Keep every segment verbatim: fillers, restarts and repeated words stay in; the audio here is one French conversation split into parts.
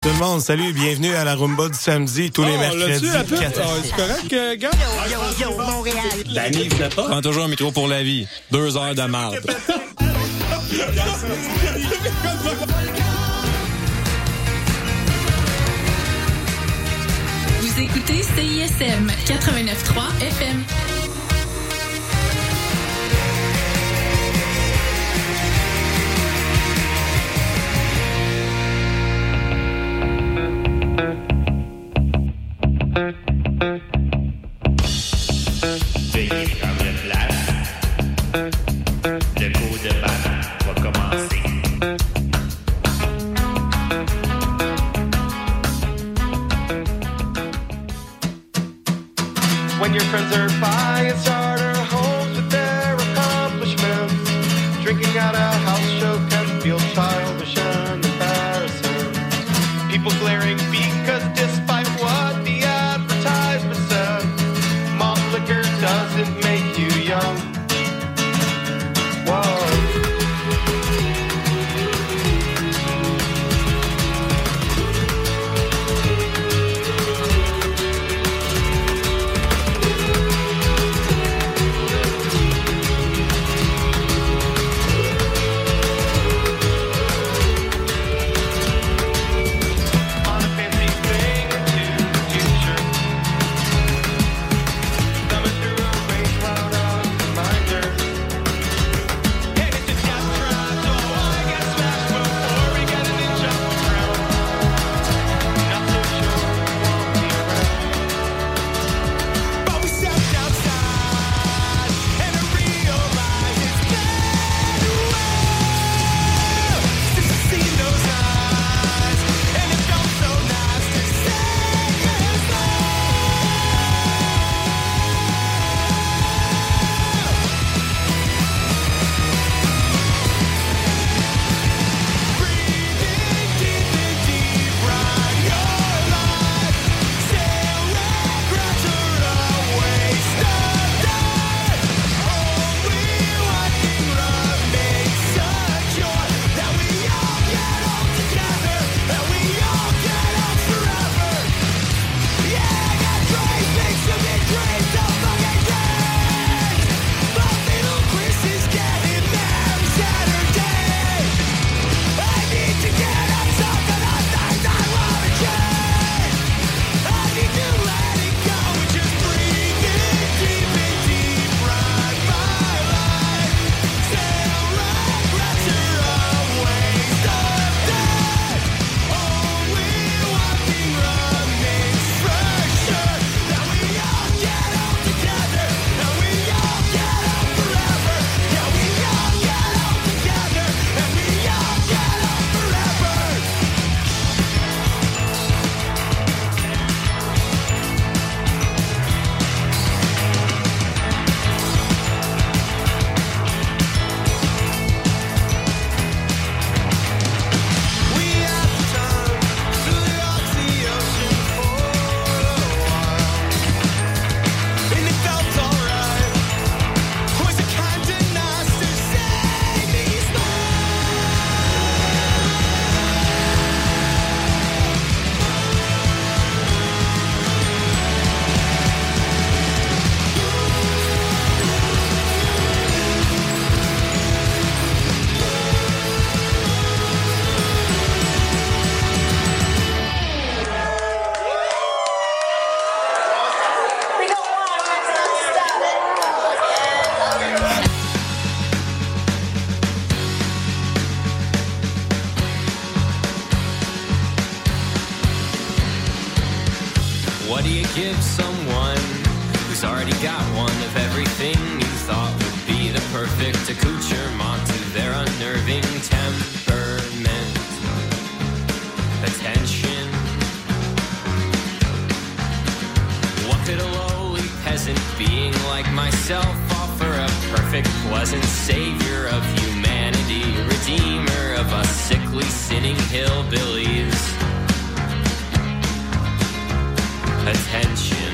Tout le monde, salut, bienvenue à la Rumba du samedi, tous oh, les mercredis. Ah, c'est correct, euh, gars? Yo, yo, yo, Montréal. La Nive n'a pas. Prends toujours un métro pour la vie. Deux heures de marde. Vous écoutez C I S M quatre-vingt-neuf point trois F M. When your friends are buying starter homes with their accomplishments, drinking at a house show can feel childish and embarrassing. People glaring because despite what the advertisement said, malt liquor doesn't make you young. Whoa. What do you give someone who's already got one of everything you thought would be the perfect accoutrement to their unnerving temperament? Attention. What could a lowly peasant being like myself offer a perfect, pleasant savior of humanity, redeemer of us sickly, sinning hillbillies? Attention.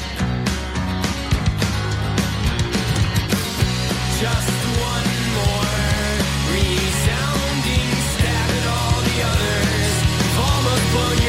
Just one more resounding stab at all the others. Almost blown your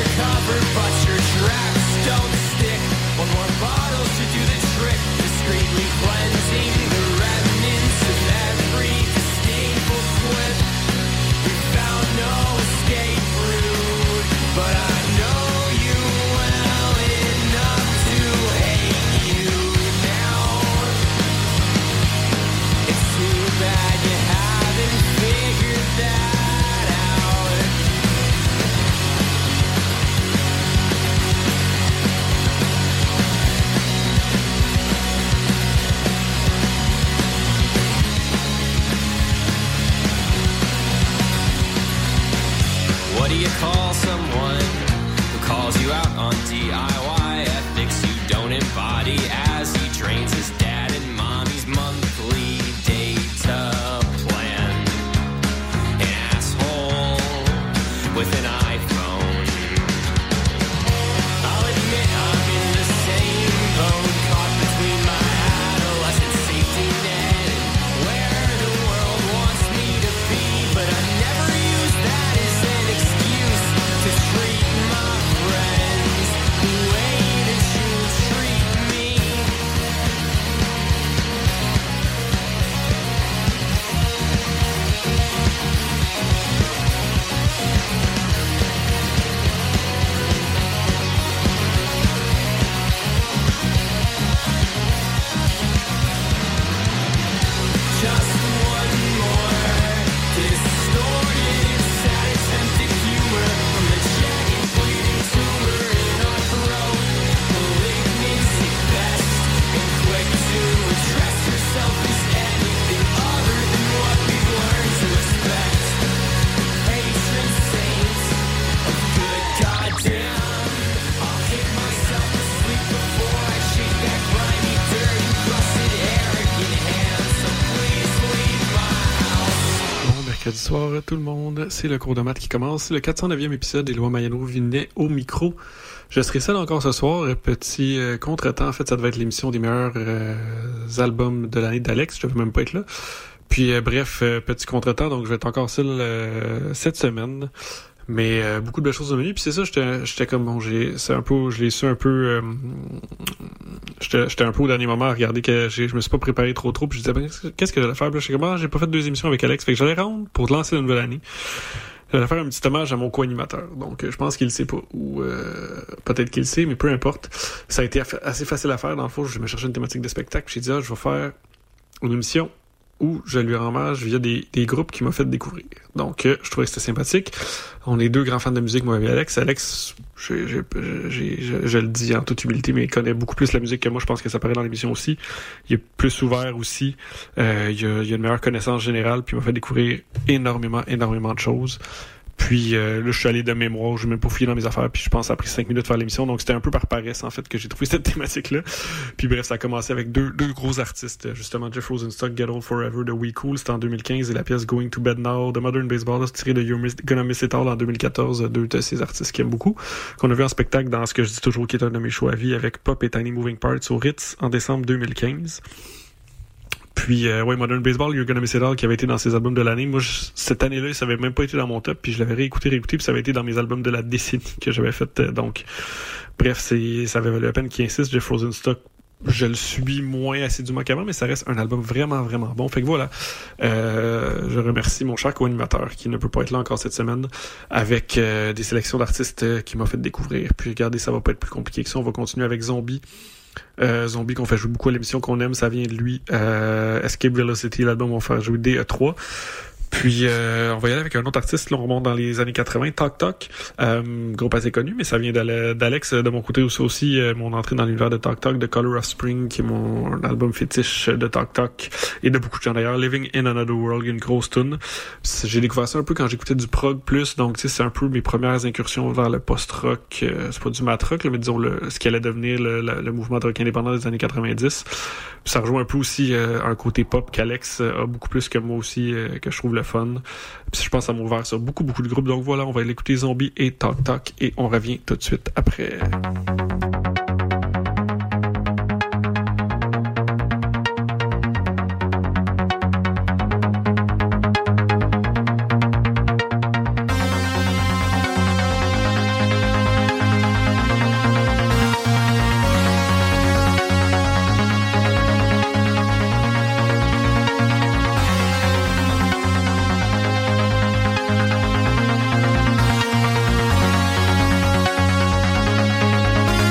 Bonsoir tout le monde, c'est le cours de maths qui commence. C'est le quatre cent neuvième épisode et Éloi Mayano Vinet au micro. Je serai seul encore ce soir. Petit euh, contretemps, en fait, ça devait être l'émission des meilleurs euh, albums de l'année d'Alex. Je devais même pas être là. Puis euh, bref, euh, petit contretemps, donc je vais être encore seul euh, cette semaine. Mais euh, beaucoup de belles choses au menu. Puis c'est ça, j'étais, j'étais comme bon, j'ai, c'est un peu, je l'ai su un peu. Euh, j'étais, j'étais un peu au dernier moment à regarder que j'ai, je me suis pas préparé trop trop. Puis je disais ben, qu'est-ce que j'allais faire. Puis là, j'étais comme ah, j'ai pas fait deux émissions avec Alex. Fait que j'allais rendre pour lancer la nouvelle année. J'allais faire un petit hommage à mon co-animateur. Donc euh, je pense qu'il le sait pas ou euh, peut-être qu'il le sait, mais peu importe. Ça a été assez facile à faire. Dans le fond, je me cherchais une thématique de spectacle. Puis j'ai dit ah, je vais faire une émission où je lui rends hommage via des, des groupes qui m'ont fait découvrir. Donc, euh, je trouvais que c'était sympathique. On est deux grands fans de musique, moi et Alex. Alex, j'ai, j'ai, j'ai, je, je le dis en toute humilité, mais il connaît beaucoup plus la musique que moi. Je pense que ça paraît dans l'émission aussi. Il est plus ouvert aussi. Euh, il, a, il a une meilleure connaissance générale, puis il m'a fait découvrir énormément, énormément de choses. Puis euh, là, je suis allé de mémoire, je n'ai même pas fouillé dans mes affaires, puis je pense que ça a pris cinq minutes de faire l'émission, donc c'était un peu par paresse, en fait, que j'ai trouvé cette thématique-là. Puis bref, ça a commencé avec deux, deux gros artistes, justement, Jeff Rosenstock, Get Old Forever de We Cool, c'était en deux mille quinze, et la pièce Going to Bed Now de Modern Baseball, c'est tiré de You're Gonna Miss It All en deux mille quatorze, deux de ces artistes qui aiment beaucoup, qu'on a vu en spectacle dans ce que je dis toujours qui est un de mes choix à vie, avec Pop et Tiny Moving Parts au Ritz en décembre deux mille quinze. Puis, euh, ouais, Modern Baseball, You're Gonna Miss It All, qui avait été dans ses albums de l'année. Moi, je, cette année-là, ça avait même pas été dans mon top, puis je l'avais réécouté, réécouté, puis ça avait été dans mes albums de la décennie que j'avais fait. Euh, donc, bref, c'est, ça avait valu la peine qu'il insiste. Jeff Rosenstock, je le suis moins assidûment qu'avant, mais ça reste un album vraiment, vraiment bon. Fait que voilà, euh, je remercie mon cher co-animateur qui ne peut pas être là encore cette semaine, avec euh, des sélections d'artistes euh, qui m'a fait découvrir. Puis regardez, ça va pas être plus compliqué que ça. On va continuer avec Zombie. Euh, Zombie qu'on fait jouer beaucoup à l'émission qu'on aime, ça vient de lui. Euh, Escape Velocity, l'album, on va faire jouer D E trois. Puis euh, on va y aller avec un autre artiste, là, on remonte dans les années quatre-vingts, Talk Talk, euh, groupe assez connu, mais ça vient d'Alex, de mon côté aussi, aussi euh, mon entrée dans l'univers de Talk Talk, de Color of Spring, qui est mon album fétiche de Talk Talk, et de beaucoup de gens d'ailleurs, Living in Another World, une grosse tune. J'ai découvert ça un peu quand j'écoutais du prog plus, donc tu sais, c'est un peu mes premières incursions vers le post-rock, euh, c'est pas du mat-rock, là, mais disons le, ce qui allait devenir le, le, le mouvement de rock indépendant des années quatre-vingt-dix. Puis ça rejoint un peu aussi euh, un côté pop qu'Alex euh, a beaucoup plus que moi aussi, euh, que je trouve le fun. Puis je pense à m'ouvrir sur beaucoup beaucoup de groupes. Donc voilà, on va aller écouter Zombie et Talk Talk et on revient tout de suite après. We'll be right back.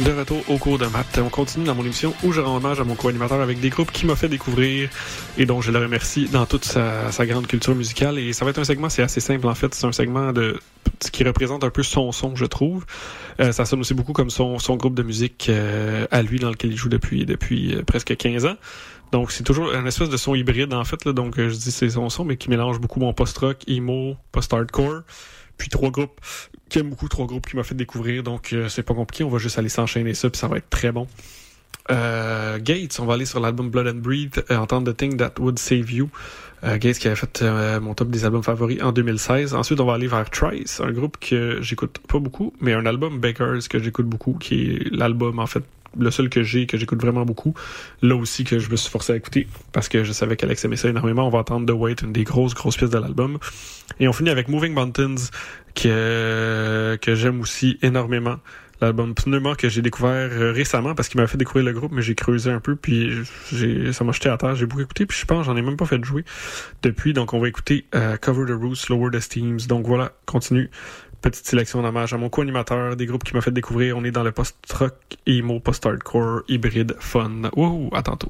De retour au cours de maths. On continue dans mon émission où je rends hommage à mon co-animateur avec des groupes qui m'a fait découvrir et dont je le remercie dans toute sa, sa grande culture musicale. Et ça va être un segment, c'est assez simple en fait. C'est un segment de qui représente un peu son son, je trouve. Euh, ça sonne aussi beaucoup comme son, son groupe de musique euh, à lui dans lequel il joue depuis, depuis euh, presque quinze ans. Donc c'est toujours un espèce de son hybride en fait. Là. Donc euh, je dis c'est son son, mais qui mélange beaucoup mon post-rock, emo, post-hardcore. Puis trois groupes qui aiment beaucoup, trois groupes qui m'a fait découvrir, donc euh, c'est pas compliqué, on va juste aller s'enchaîner ça, puis ça va être très bon. Euh, Gates, on va aller sur l'album Blood and Breathe, euh, entendre The Thing That Would Save You. Euh, Gates qui avait fait euh, mon top des albums favoris en deux mille seize. Ensuite, on va aller vers Trice, un groupe que j'écoute pas beaucoup, mais un album Bakers que j'écoute beaucoup, qui est l'album en fait le seul que j'ai, que j'écoute vraiment beaucoup. Là aussi que je me suis forcé à écouter parce que je savais qu'Alex aimait ça énormément. On va entendre The Wait, une des grosses, grosses pièces de l'album. Et on finit avec Moving Mountains, que, que j'aime aussi énormément. L'album Pneuma que j'ai découvert récemment parce qu'il m'a fait découvrir le groupe, mais j'ai creusé un peu, puis j'ai, ça m'a jeté à terre. J'ai beaucoup écouté, puis je pense j'en ai même pas fait jouer depuis. Donc on va écouter uh, Cover the Roots, Lower the Steams. Donc voilà, continue. Petite sélection d'hommage à mon co-animateur, des groupes qui m'a fait découvrir. On est dans le post-rock, emo, post-hardcore, hybride, fun. Wouhou, à tantôt.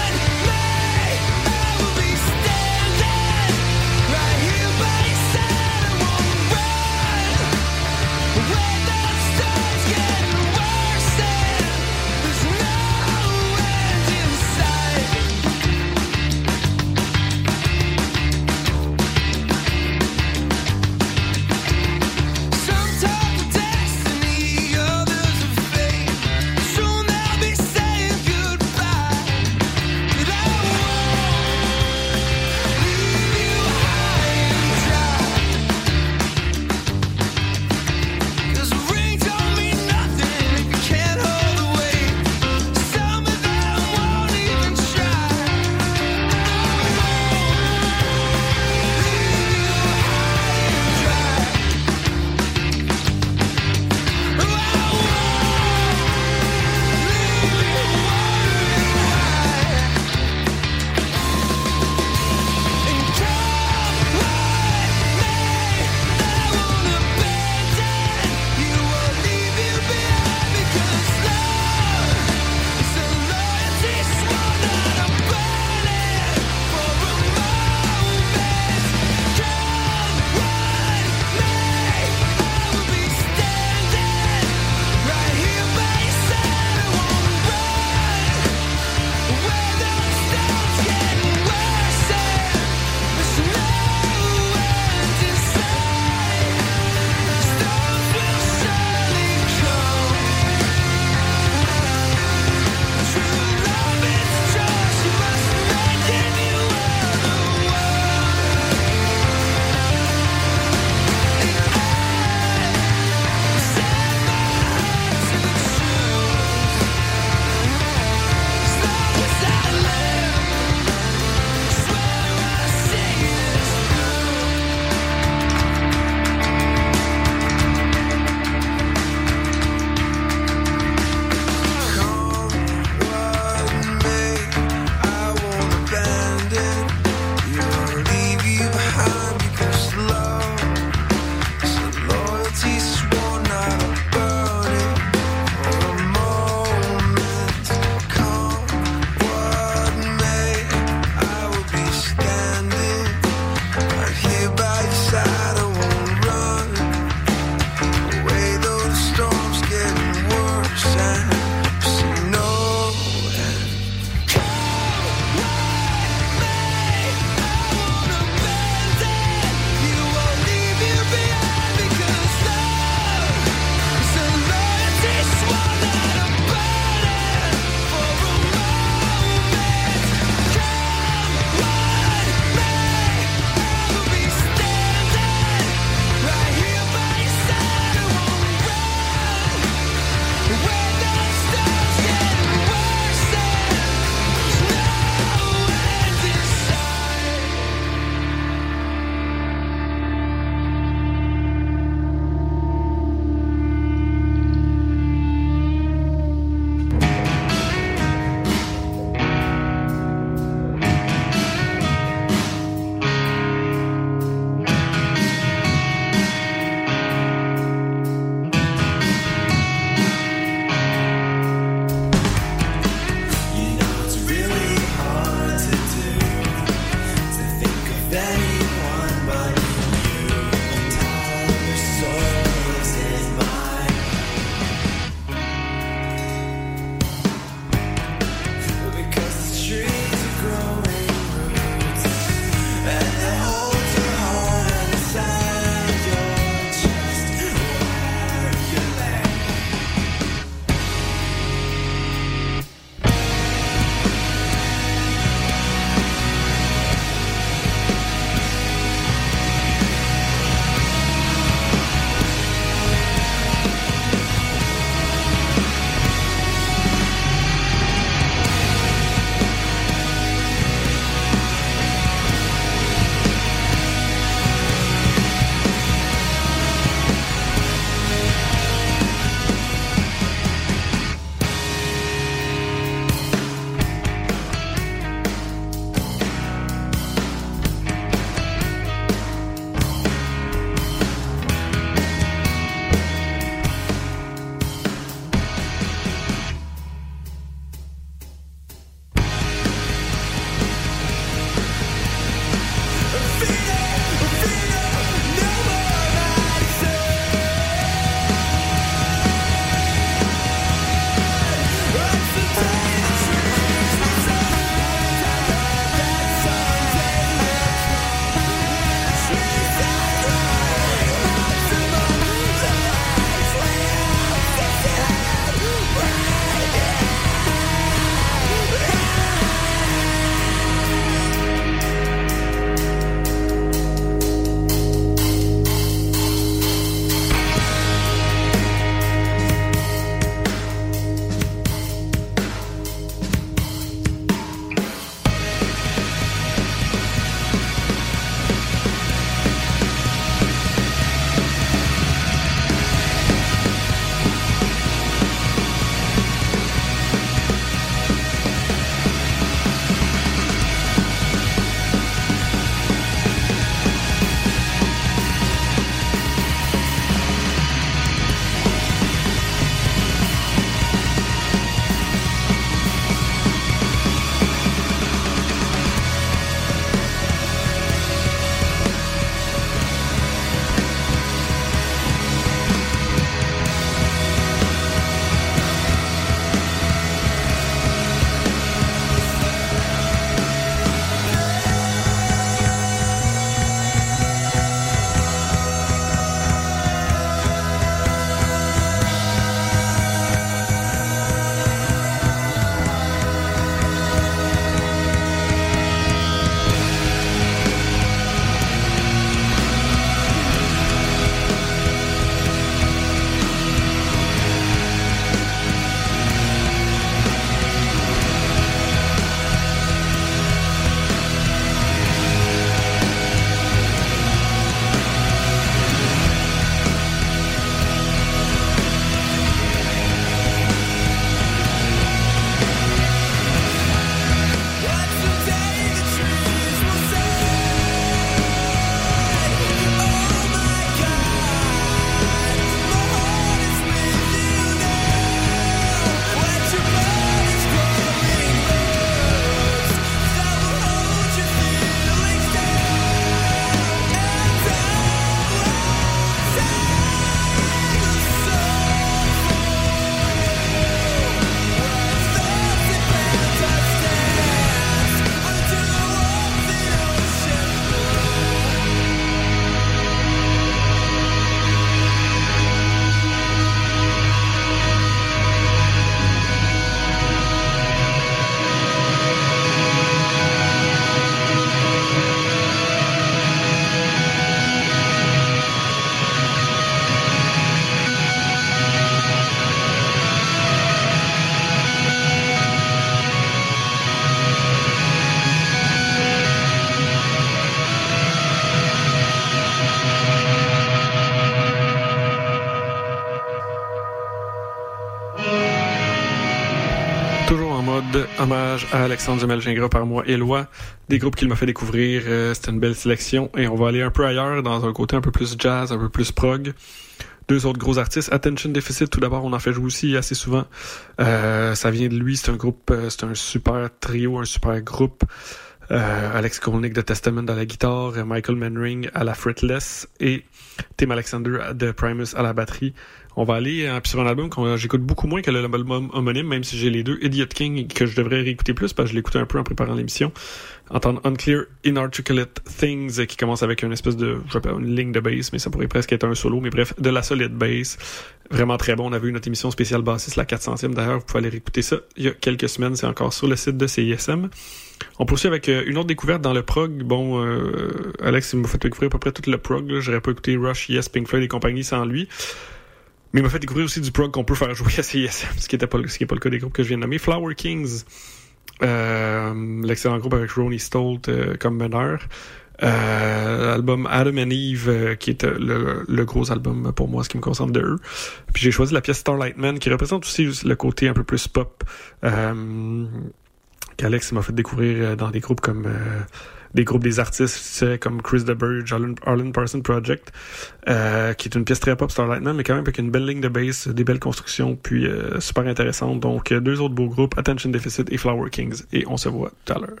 Toujours en mode hommage à Alexandre Duhamel-Gingras par moi, Éloi, des groupes qu'il m'a fait découvrir. Euh, c'était une belle sélection et on va aller un peu ailleurs dans un côté un peu plus jazz, un peu plus prog. Deux autres gros artistes. Attention Deficit, tout d'abord, on en fait jouer aussi assez souvent. Euh, ça vient de lui, c'est un groupe, euh, c'est un super trio, un super groupe. Euh, Alex Kolnick de Testament à la guitare, Michael Manring à la fretless et Tim Alexander de Primus à la batterie. On va aller euh, sur un album que j'écoute beaucoup moins que l'album homonyme, même si j'ai les deux. Idiot King, que je devrais réécouter plus parce que je l'écoutais un peu en préparant l'émission. Entendre Unclear Inarticulate Things, qui commence avec une espèce de, je sais pas, une ligne de bass, mais ça pourrait presque être un solo, mais bref, de la solide bass. Vraiment très bon. On avait eu notre émission spéciale bassiste, la quatre centième d'ailleurs. Vous pouvez aller réécouter ça il y a quelques semaines. C'est encore sur le site de C I S M. On poursuit avec euh, une autre découverte dans le prog. Bon, euh, Alex, il m'a fait découvrir à peu près tout le prog. Là. J'aurais pas écouté Rush, Yes, Pink Floyd et compagnie sans lui. Mais il m'a fait découvrir aussi du prog qu'on peut faire jouer à C I S M, ce qui était pas, ce qui est pas le cas des groupes que je viens de nommer. Flower Kings, euh, l'excellent groupe avec Ronnie Stolt euh, comme meneur. Euh, l'album Adam and Eve, euh, qui est euh, le, le gros album pour moi, ce qui me concerne de eux. Puis j'ai choisi la pièce Starlight Man, qui représente aussi le côté un peu plus pop, euh, qu'Alex m'a fait découvrir dans des groupes comme... Euh, des groupes des artistes comme Chris DeBurge, Arlen, Arlen Parsons Project, euh, qui est une pièce très pop, Starlight Man, mais quand même avec une belle ligne de bass, des belles constructions, puis euh, super intéressante. Donc, euh, deux autres beaux groupes, Attention Deficit et Flower Kings. Et on se voit tout à l'heure.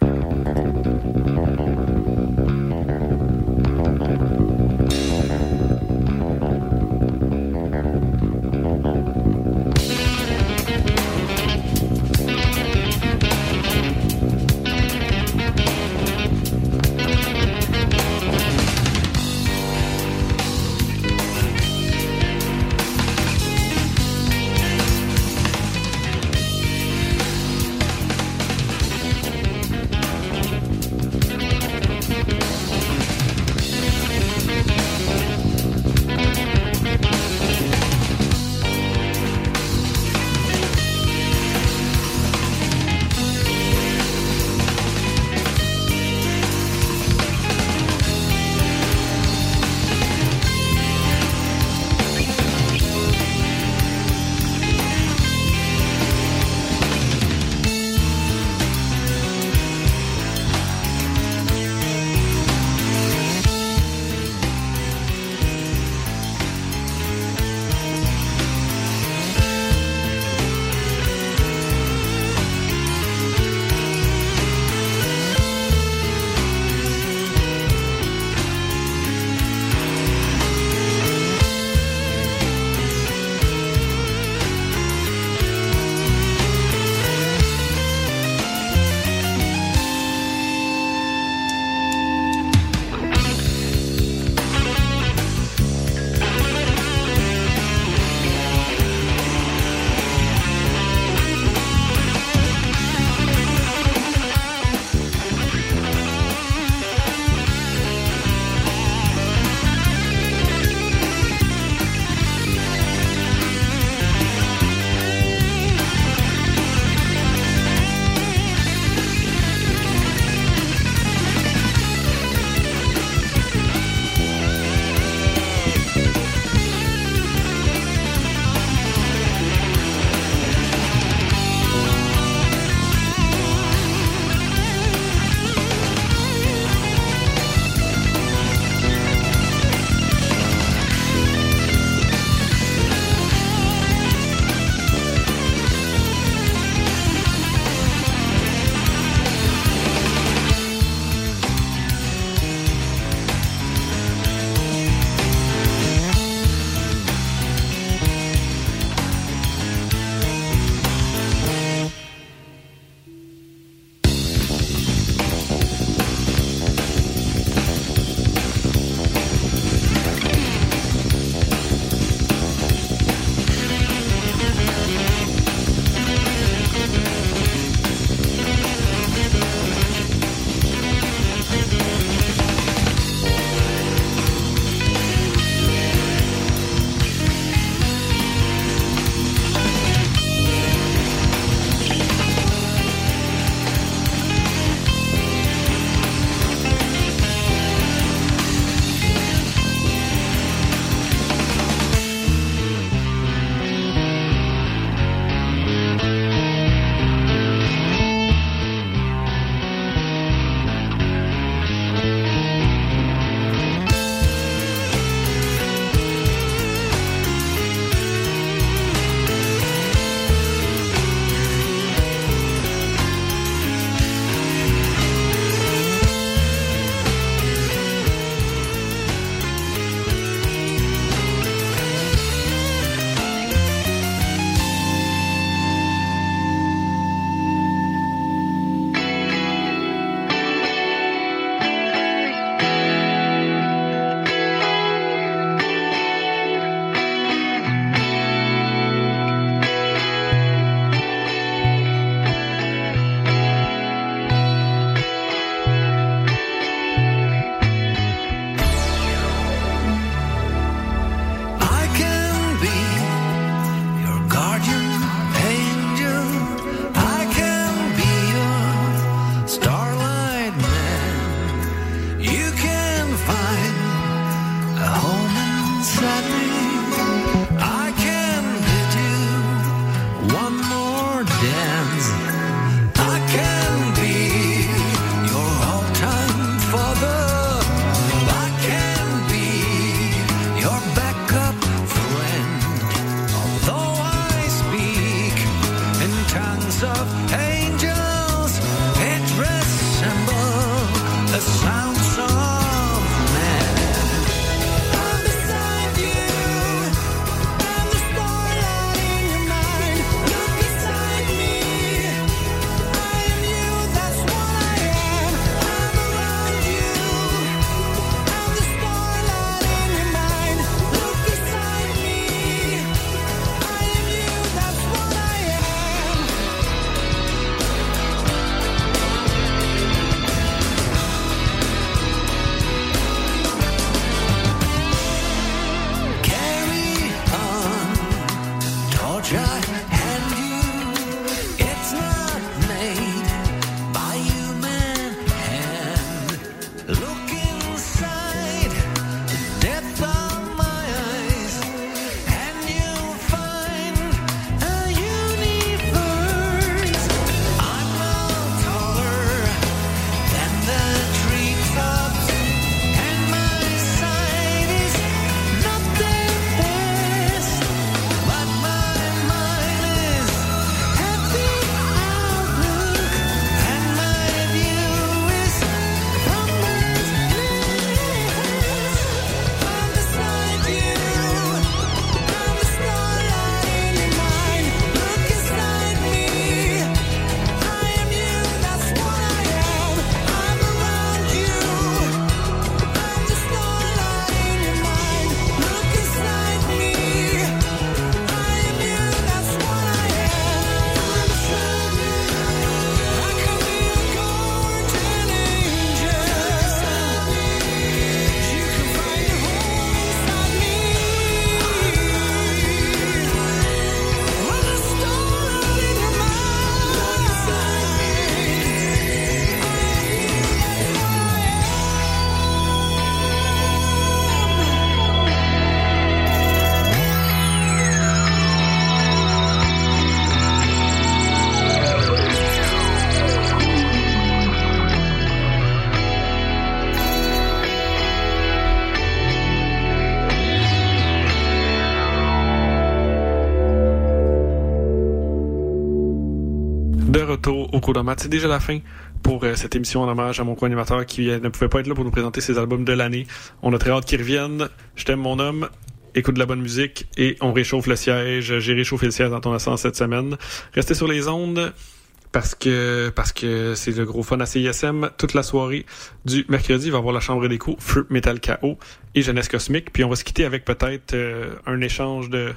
De retour au Chronomate, c'est déjà la fin pour euh, cette émission en hommage à mon co-animateur qui euh, ne pouvait pas être là pour nous présenter ses albums de l'année. On a très hâte qu'il revienne. Je t'aime mon homme, écoute de la bonne musique et on réchauffe le siège. J'ai réchauffé le siège dans ton ascenseur cette semaine. Restez sur les ondes parce que parce que c'est le gros fun à C I S M toute la soirée du mercredi. Il va y avoir la Chambre d'écho, Feu, Metal K O et Jeunesse Cosmique. Puis on va se quitter avec peut-être euh, un échange de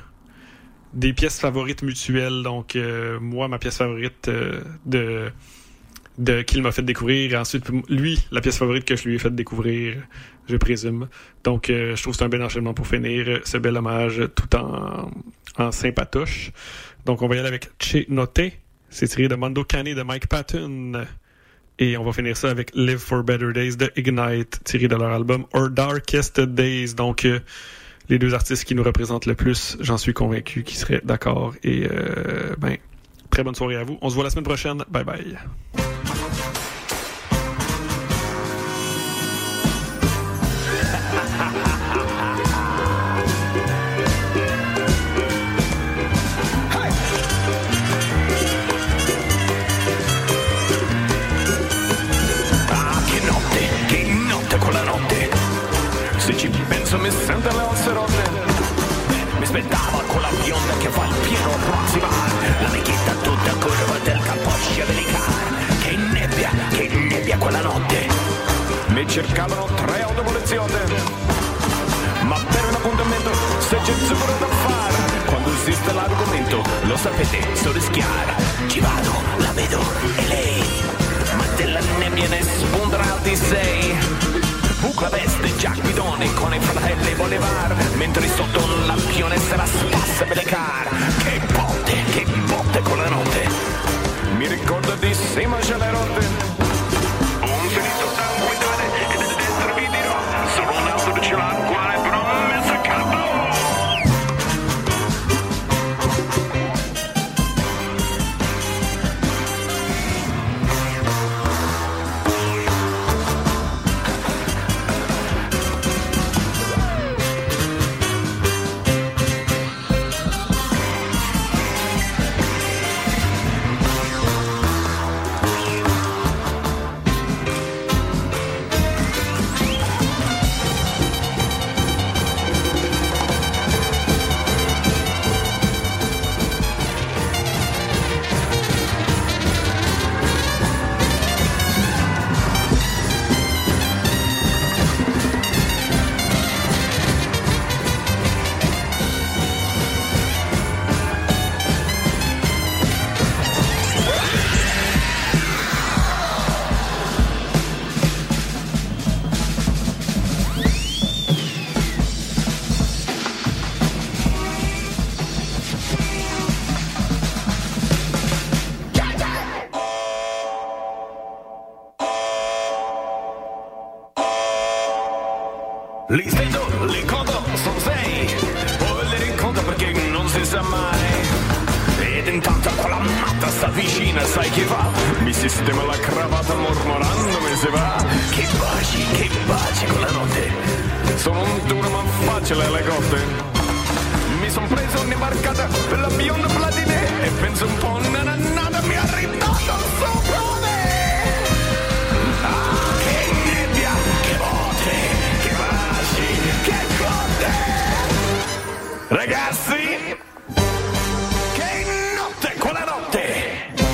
des pièces favorites mutuelles. Donc euh, moi, ma pièce favorite euh, de de qu'il m'a fait découvrir, et ensuite lui, la pièce favorite que je lui ai fait découvrir, je présume. Donc euh, je trouve que c'est un bel enchaînement pour finir ce bel hommage tout en en sympatoche. Donc on va y aller avec Che Note. C'est tiré de Mondo Cane de Mike Patton. Et on va finir ça avec Live for Better Days de Ignite, tiré de leur album Our Darkest Days. Donc, euh, les deux artistes qui nous représentent le plus, j'en suis convaincu qu'ils seraient d'accord. Et, euh, ben, très bonne soirée à vous. On se voit la semaine prochaine. Bye bye. Se ci penso mi sento le ossa rotte. Mi aspettava con la bionda che fa il pieno Roximar, la vecchietta tutta curva del capoccia delicar. Che nebbia, che nebbia quella notte. Mi cercavano tre autopoliziotte, ma per un appuntamento se c'è zucchero da fare, quando esiste l'argomento lo sapete, so rischiare. Ci vado, la vedo, e lei, ma della nebbia ne spunterà di sei. Buca veste, già guidone con i fratelli Bolivar, mentre sotto un lampione se la spassa per le car. Che botte, che botte con la notte. Mi ricordo di Sima c'è le rotte. Un finito da guidare e da dentro vi dirò, sono un altro ce l'ha quale promessa capo. li stendo, li conto, sono sei, poi li rincontro perché non si sa mai. Ed intanto quella matta sta vicina, sai chi fa? Mi sistema la cravatta mormorando mi si va. Che baci, che baci con la notte, sono un duro ma facile le cotte. Mi son preso un'imbarcata per la bionda platine e penso un po' nanannata mi ha ridato sopra me. Ah, che nebbia, che botte, che baci, che cotte. Ragazzi, che notte, quella notte.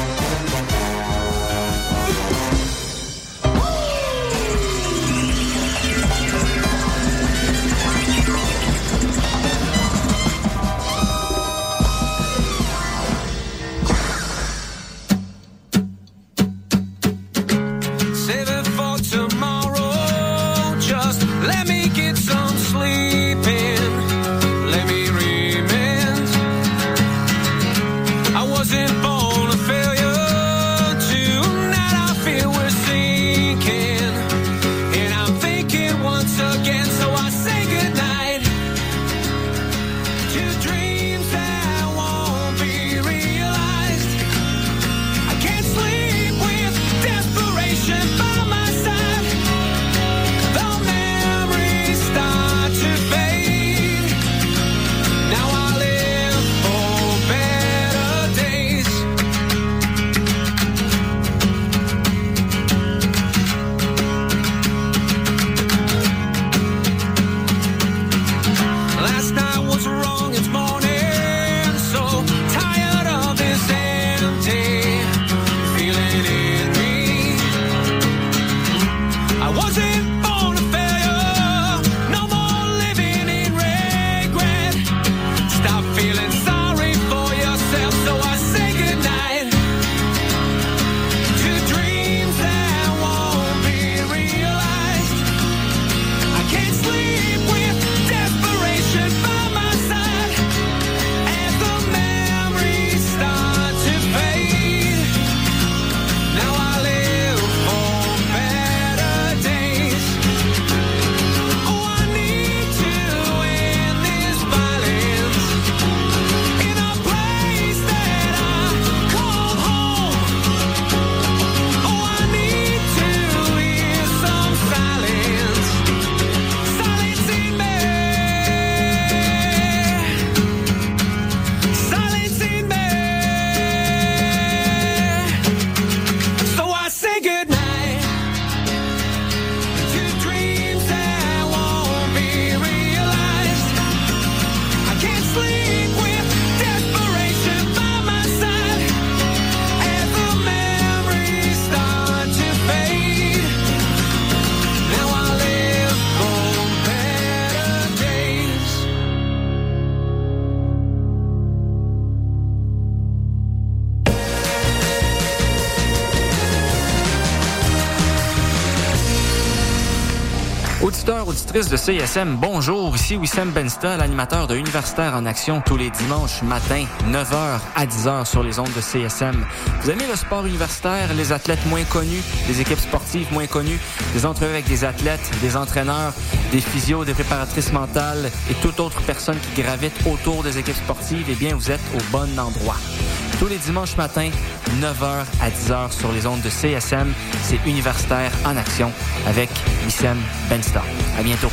Auditeurs, auditrices de C I S M, bonjour. Ici Wissem Bensta, l'animateur de Universitaire en Action tous les dimanches matin, neuf heures à dix heures sur les ondes de C I S M. Vous aimez le sport universitaire, les athlètes moins connus, les équipes sportives moins connues, des entrevues avec des athlètes, des entraîneurs, des physios, des préparatrices mentales et toute autre personne qui gravite autour des équipes sportives, eh bien, vous êtes au bon endroit. Tous les dimanches matins, neuf heures à dix heures sur les ondes de C S M, c'est Universitaire en Action avec Wissem Bensta. À bientôt.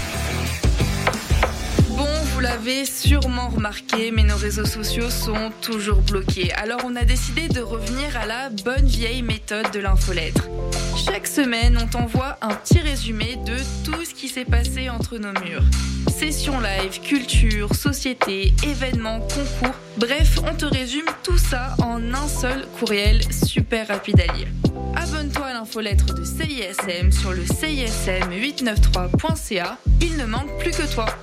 Bon, vous l'avez sûrement remarqué, mais nos réseaux sociaux sont toujours bloqués. Alors on a décidé de revenir à la bonne vieille méthode de l'infolettre. Chaque semaine, on t'envoie un petit résumé de tout ce qui s'est passé entre nos murs. Sessions live, culture, société, événements, concours. Bref, on te résume tout ça en un seul courriel super rapide à lire. Abonne-toi à l'infolettre de C I S M sur le C I S M huit cent quatre-vingt-trois point C A. Il ne manque plus que toi.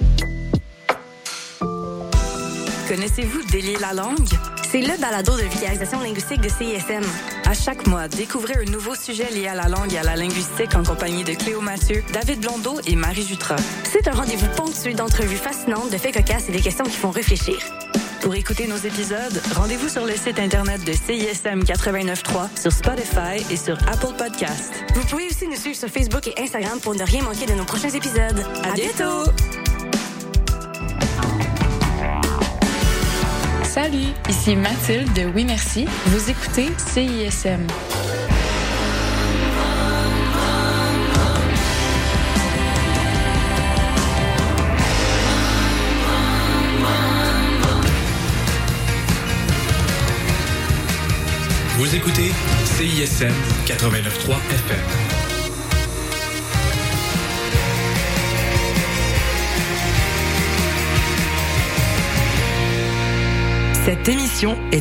Connaissez-vous Délier la langue? C'est le balado de vulgarisation linguistique de C I S M. À chaque mois, découvrez un nouveau sujet lié à la langue et à la linguistique en compagnie de Cléo Mathieu, David Blondeau et Marie Jutras. C'est un rendez-vous ponctué d'entrevues fascinantes, de faits cocasses et des questions qui font réfléchir. Pour écouter nos épisodes, rendez-vous sur le site internet de C I S M quatre-vingt-neuf point trois, sur Spotify et sur Apple Podcasts. Vous pouvez aussi nous suivre sur Facebook et Instagram pour ne rien manquer de nos prochains épisodes. À, à bientôt! Salut, ici Mathilde de Oui Merci. Vous écoutez C I S M. Vous écoutez C I S M quatre-vingt-neuf point trois F M. Cette émission est